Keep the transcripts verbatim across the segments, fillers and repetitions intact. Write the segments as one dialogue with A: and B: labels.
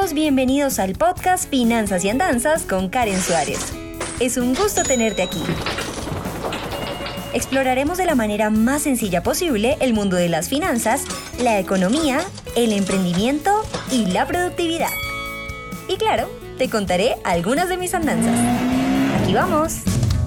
A: todos bienvenidos al podcast Finanzas y Andanzas con Karen Suárez. Es un gusto tenerte aquí. Exploraremos de la manera más sencilla posible el mundo de las finanzas, la economía, el emprendimiento y la productividad. Y claro, te contaré algunas de mis andanzas. ¡Aquí vamos!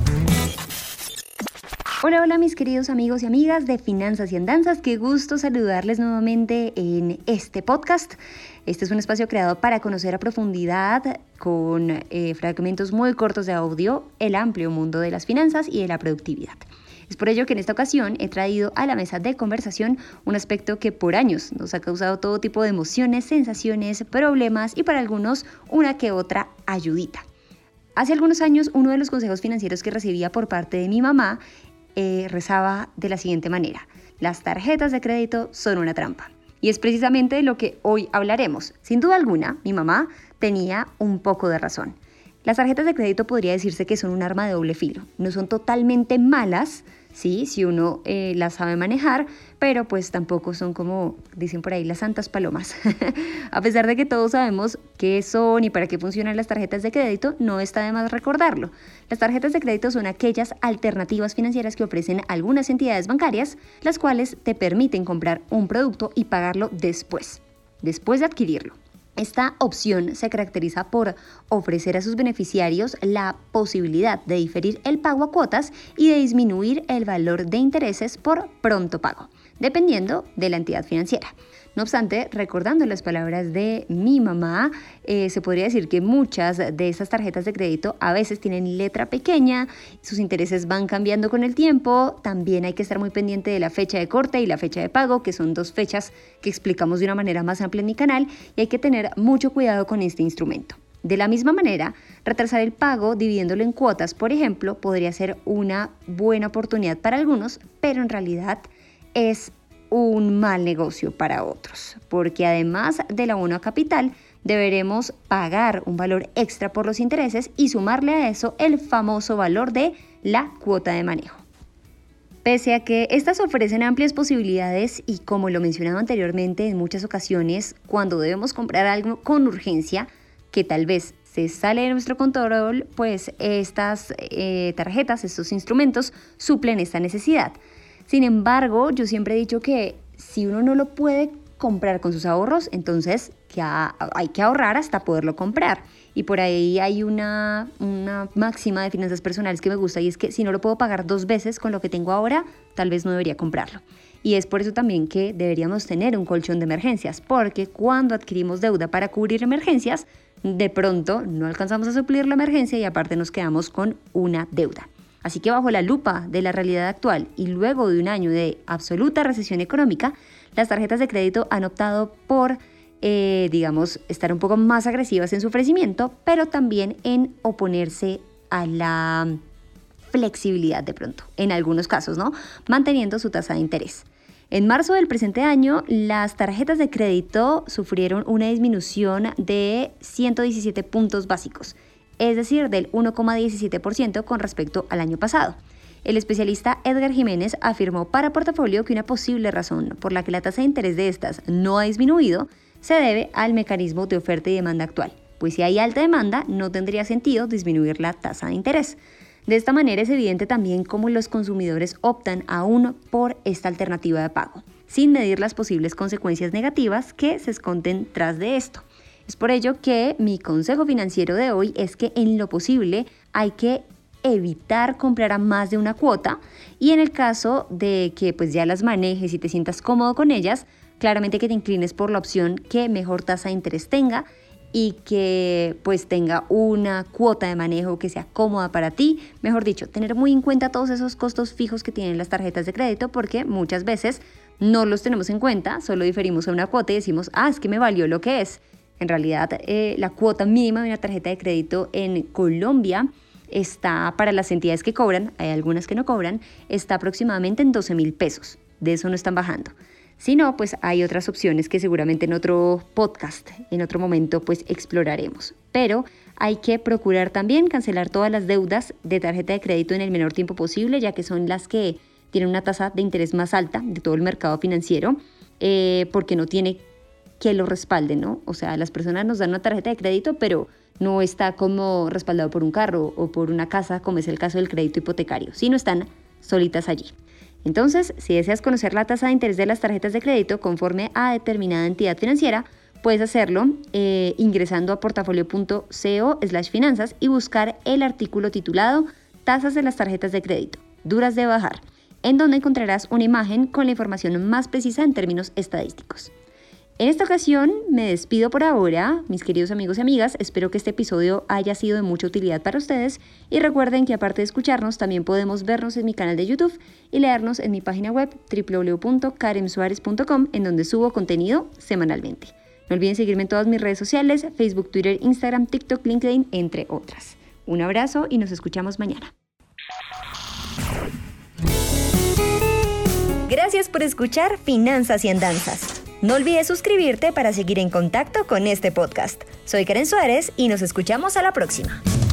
A: Hola, hola mis queridos amigos y amigas de Finanzas y Andanzas. Qué gusto saludarles nuevamente en este podcast. Este es un espacio creado para conocer a profundidad, con eh, fragmentos muy cortos de audio, el amplio mundo de las finanzas y de la productividad. Es por ello que en esta ocasión he traído a la mesa de conversación un aspecto que por años nos ha causado todo tipo de emociones, sensaciones, problemas y para algunos una que otra ayudita. Hace algunos años uno de los consejos financieros que recibía por parte de mi mamá eh, rezaba de la siguiente manera: las tarjetas de crédito son una trampa. Y es precisamente de lo que hoy hablaremos. Sin duda alguna, mi mamá tenía un poco de razón. Las tarjetas de crédito podría decirse que son un arma de doble filo. No son totalmente malas, sí, si uno eh, las sabe manejar, pero pues tampoco son, como dicen por ahí, las santas palomas. A pesar de que todos sabemos qué son y para qué funcionan las tarjetas de crédito, no está de más recordarlo. Las tarjetas de crédito son aquellas alternativas financieras que ofrecen algunas entidades bancarias, las cuales te permiten comprar un producto y pagarlo después, después de adquirirlo. Esta opción se caracteriza por ofrecer a sus beneficiarios la posibilidad de diferir el pago a cuotas y de disminuir el valor de intereses por pronto pago, dependiendo de la entidad financiera. No obstante, recordando las palabras de mi mamá, eh, se podría decir que muchas de estas tarjetas de crédito a veces tienen letra pequeña, sus intereses van cambiando con el tiempo, también hay que estar muy pendiente de la fecha de corte y la fecha de pago, que son dos fechas que explicamos de una manera más amplia en mi canal, y hay que tener mucho cuidado con este instrumento. De la misma manera, retrasar el pago dividiéndolo en cuotas, por ejemplo, podría ser una buena oportunidad para algunos, pero en realidad es un mal negocio para otros, porque además del abono a capital, deberemos pagar un valor extra por los intereses y sumarle a eso el famoso valor de la cuota de manejo. Pese a que estas ofrecen amplias posibilidades y, como lo mencionaba anteriormente, en muchas ocasiones, cuando debemos comprar algo con urgencia, que tal vez se sale de nuestro control, pues estas eh, tarjetas, estos instrumentos suplen esta necesidad. Sin embargo, yo siempre he dicho que si uno no lo puede comprar con sus ahorros, entonces que ha, hay que ahorrar hasta poderlo comprar. Y por ahí hay una, una máxima de finanzas personales que me gusta, y es que si no lo puedo pagar dos veces con lo que tengo ahora, tal vez no debería comprarlo. Y es por eso también que deberíamos tener un colchón de emergencias, porque cuando adquirimos deuda para cubrir emergencias, de pronto no alcanzamos a suplir la emergencia y aparte nos quedamos con una deuda. Así que bajo la lupa de la realidad actual y luego de un año de absoluta recesión económica, las tarjetas de crédito han optado por, eh, digamos, estar un poco más agresivas en su ofrecimiento, pero también en oponerse a la flexibilidad de pronto, en algunos casos, ¿no? Manteniendo su tasa de interés. En marzo del presente año, las tarjetas de crédito sufrieron una disminución de ciento diecisiete puntos básicos, es decir, del uno coma diecisiete por ciento con respecto al año pasado. El especialista Edgar Jiménez afirmó para Portafolio que una posible razón por la que la tasa de interés de estas no ha disminuido se debe al mecanismo de oferta y demanda actual, pues si hay alta demanda no tendría sentido disminuir la tasa de interés. De esta manera es evidente también cómo los consumidores optan aún por esta alternativa de pago, sin medir las posibles consecuencias negativas que se esconden tras de esto. Es por ello que mi consejo financiero de hoy es que en lo posible hay que evitar comprar a más de una cuota, y en el caso de que pues ya las manejes y te sientas cómodo con ellas, claramente que te inclines por la opción que mejor tasa de interés tenga y que pues tenga una cuota de manejo que sea cómoda para ti. Mejor dicho, tener muy en cuenta todos esos costos fijos que tienen las tarjetas de crédito, porque muchas veces no los tenemos en cuenta, solo diferimos a una cuota y decimos, ah, es que me valió lo que es. En realidad, eh, la cuota mínima de una tarjeta de crédito en Colombia está, para las entidades que cobran, hay algunas que no cobran, está aproximadamente en doce mil pesos. De eso no están bajando. Si no, pues hay otras opciones que seguramente en otro podcast, en otro momento, pues exploraremos. Pero hay que procurar también cancelar todas las deudas de tarjeta de crédito en el menor tiempo posible, ya que son las que tienen una tasa de interés más alta de todo el mercado financiero, eh, porque no tiene que lo respalden, ¿no? O sea, las personas nos dan una tarjeta de crédito, pero no está como respaldado por un carro o por una casa, como es el caso del crédito hipotecario, sino están solitas allí. Entonces, si deseas conocer la tasa de interés de las tarjetas de crédito conforme a determinada entidad financiera, puedes hacerlo eh, ingresando a portafolio.co slash finanzas y buscar el artículo titulado Tasas de las tarjetas de crédito, duras de bajar, en donde encontrarás una imagen con la información más precisa en términos estadísticos. En esta ocasión me despido por ahora, mis queridos amigos y amigas. Espero que este episodio haya sido de mucha utilidad para ustedes y recuerden que aparte de escucharnos también podemos vernos en mi canal de YouTube y leernos en mi página web doble u doble u doble u punto karen suárez punto com, en donde subo contenido semanalmente. No olviden seguirme en todas mis redes sociales, Facebook, Twitter, Instagram, TikTok, LinkedIn, entre otras. Un abrazo y nos escuchamos mañana. Gracias por escuchar Finanzas y Andanzas. No olvides suscribirte para seguir en contacto con este podcast. Soy Karen Suárez y nos escuchamos a la próxima.